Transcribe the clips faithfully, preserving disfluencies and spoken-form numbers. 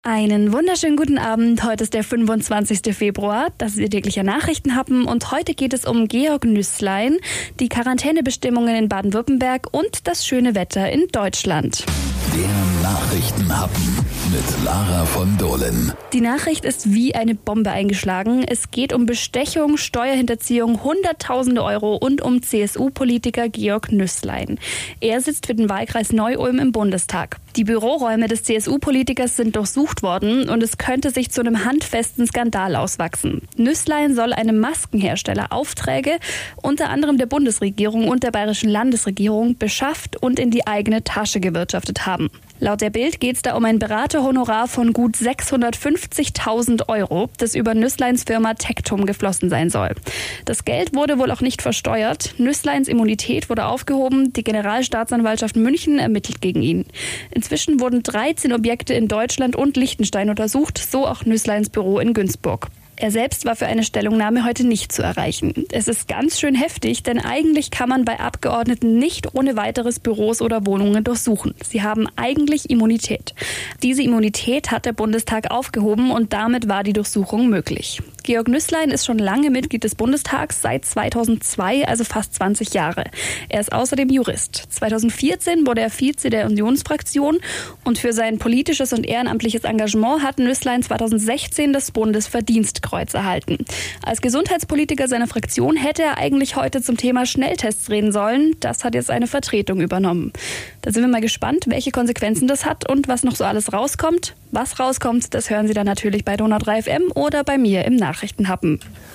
Einen wunderschönen guten Abend. Heute ist der fünfundzwanzigster Februar. Das ist Ihr täglicher Nachrichtenhappen und heute geht es um Georg Nüßlein, die Quarantänebestimmungen in Baden-Württemberg und das schöne Wetter in Deutschland. Der Nachrichtenhappen mit Lara von Dohlen. Die Nachricht ist wie eine Bombe eingeschlagen. Es geht um Bestechung, Steuerhinterziehung, Hunderttausende Euro und um C S U-Politiker Georg Nüßlein. Er sitzt für den Wahlkreis Neu-Ulm im Bundestag. Die Büroräume des C S U-Politikers sind durchsucht worden und es könnte sich zu einem handfesten Skandal auswachsen. Nüßlein soll einem Maskenhersteller Aufträge, unter anderem der Bundesregierung und der bayerischen Landesregierung, beschafft und in die eigene Tasche gewirtschaftet haben. Laut der Bild geht es da um ein Beraterhonorar von gut sechshundertfünfzigtausend Euro, das über Nüßleins Firma Tectum geflossen sein soll. Das Geld wurde wohl auch nicht versteuert. Nüßleins Immunität wurde aufgehoben. Die Generalstaatsanwaltschaft München ermittelt gegen ihn. Inzwischen wurden dreizehn Objekte in Deutschland und Liechtenstein untersucht, so auch Nüßleins Büro in Günzburg. Er selbst war für eine Stellungnahme heute nicht zu erreichen. Es ist ganz schön heftig, denn eigentlich kann man bei Abgeordneten nicht ohne weiteres Büros oder Wohnungen durchsuchen. Sie haben eigentlich Immunität. Diese Immunität hat der Bundestag aufgehoben und damit war die Durchsuchung möglich. Georg Nüßlein ist schon lange Mitglied des Bundestags, seit zweitausendzwei, also fast zwanzig Jahre. Er ist außerdem Jurist. zweitausendvierzehn wurde er Vize der Unionsfraktion und für sein politisches und ehrenamtliches Engagement hat Nüßlein zweitausendsechzehn das Bundesverdienstkreuz erhalten. Als Gesundheitspolitiker seiner Fraktion hätte er eigentlich heute zum Thema Schnelltests reden sollen. Das hat jetzt eine Vertretung übernommen. Da sind wir mal gespannt, welche Konsequenzen das hat und was noch so alles rauskommt. Was rauskommt, das hören Sie dann natürlich bei Donau drei F M oder bei mir im Nachrichtenhappen.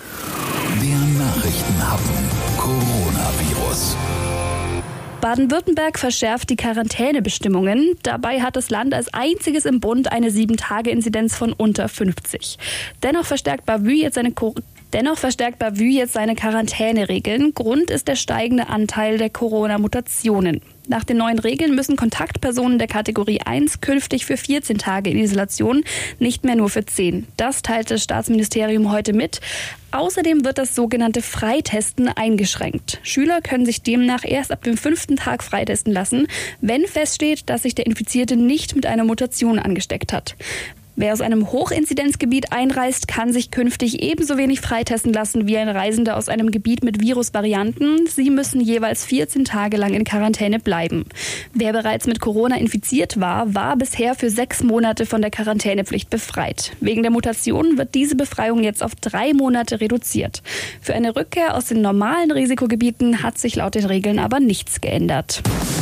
Der Nachrichtenhappen. Coronavirus. Baden-Württemberg verschärft die Quarantänebestimmungen. Dabei hat das Land als einziges im Bund eine sieben Tage Inzidenz von unter fünfzig. Dennoch verstärkt Bavü jetzt seine Ko- Dennoch verstärkt Bavü jetzt seine Quarantäneregeln. Grund ist der steigende Anteil der Corona-Mutationen. Nach den neuen Regeln müssen Kontaktpersonen der Kategorie eins künftig für vierzehn Tage in Isolation, nicht mehr nur für zehn. Das teilte das Staatsministerium heute mit. Außerdem wird das sogenannte Freitesten eingeschränkt. Schüler können sich demnach erst ab dem fünften Tag freitesten lassen, wenn feststeht, dass sich der Infizierte nicht mit einer Mutation angesteckt hat. Wer aus einem Hochinzidenzgebiet einreist, kann sich künftig ebenso wenig freitesten lassen wie ein Reisender aus einem Gebiet mit Virusvarianten. Sie müssen jeweils vierzehn Tage lang in Quarantäne bleiben. Wer bereits mit Corona infiziert war, war bisher für sechs Monate von der Quarantänepflicht befreit. Wegen der Mutation wird diese Befreiung jetzt auf drei Monate reduziert. Für eine Rückkehr aus den normalen Risikogebieten hat sich laut den Regeln aber nichts geändert.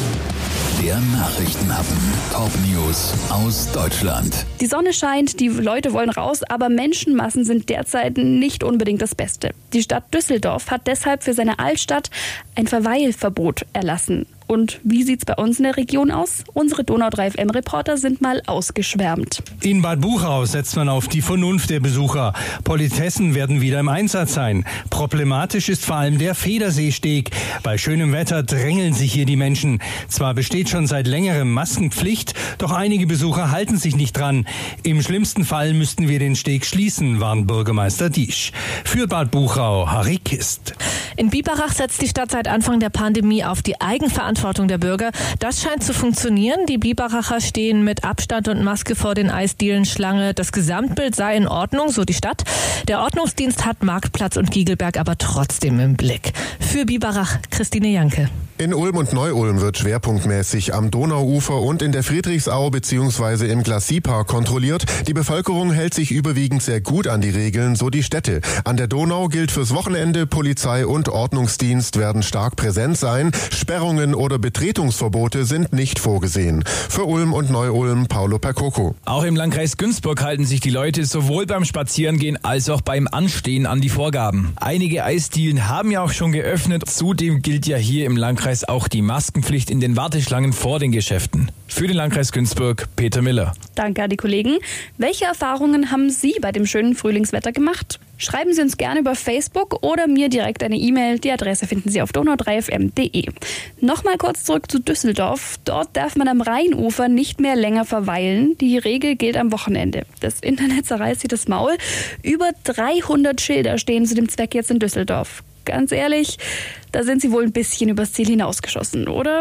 Der Nachrichtenhappen. Top News aus Deutschland. Die Sonne scheint, die Leute wollen raus, aber Menschenmassen sind derzeit nicht unbedingt das Beste. Die Stadt Düsseldorf hat deshalb für seine Altstadt ein Verweilverbot erlassen. Und wie sieht's bei uns in der Region aus? Unsere Donau drei F M-Reporter sind mal ausgeschwärmt. In Bad Buchau setzt man auf die Vernunft der Besucher. Politessen werden wieder im Einsatz sein. Problematisch ist vor allem der Federseesteg. Bei schönem Wetter drängeln sich hier die Menschen. Zwar besteht schon seit längerem Maskenpflicht, doch einige Besucher halten sich nicht dran. Im schlimmsten Fall müssten wir den Steg schließen, warnt Bürgermeister Diesch. Für Bad Buchau, Harry Kist. In Biberach setzt die Stadt seit Anfang der Pandemie auf die Eigenverantwortung der Bürger. Das scheint zu funktionieren. Die Biberacher stehen mit Abstand und Maske vor den Eisdielen Schlange. Das Gesamtbild sei in Ordnung, so die Stadt. Der Ordnungsdienst hat Marktplatz und Giegelberg aber trotzdem im Blick. Für Biberach, Christine Janke. In Ulm und Neu-Ulm wird schwerpunktmäßig am Donauufer und in der Friedrichsau bzw. im Glacis-Park kontrolliert. Die Bevölkerung hält sich überwiegend sehr gut an die Regeln, so die Städte. An der Donau gilt fürs Wochenende, Polizei und Ordnungsdienst werden stark präsent sein. Sperrungen oder Betretungsverbote sind nicht vorgesehen. Für Ulm und Neu-Ulm, Paolo Percoco. Auch im Landkreis Günzburg halten sich die Leute sowohl beim Spazierengehen als auch beim Anstehen an die Vorgaben. Einige Eisdielen haben ja auch schon geöffnet. Zudem gilt ja hier im Landkreis auch die Maskenpflicht in den Warteschlangen vor den Geschäften. Für den Landkreis Günzburg, Peter Miller. Danke an die Kollegen. Welche Erfahrungen haben Sie bei dem schönen Frühlingswetter gemacht? Schreiben Sie uns gerne über Facebook oder mir direkt eine E-Mail. Die Adresse finden Sie auf donau drei f m punkt d e. Nochmal kurz zurück zu Düsseldorf. Dort darf man am Rheinufer nicht mehr länger verweilen. Die Regel gilt am Wochenende. Das Internet zerreißt sich das Maul. Über dreihundert Schilder stehen zu dem Zweck jetzt in Düsseldorf. Ganz ehrlich, da sind Sie wohl ein bisschen übers Ziel hinausgeschossen, oder?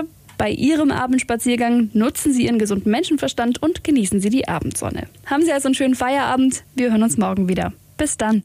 Bei Ihrem Abendspaziergang nutzen Sie Ihren gesunden Menschenverstand und genießen Sie die Abendsonne. Haben Sie also einen schönen Feierabend. Wir hören uns morgen wieder. Bis dann.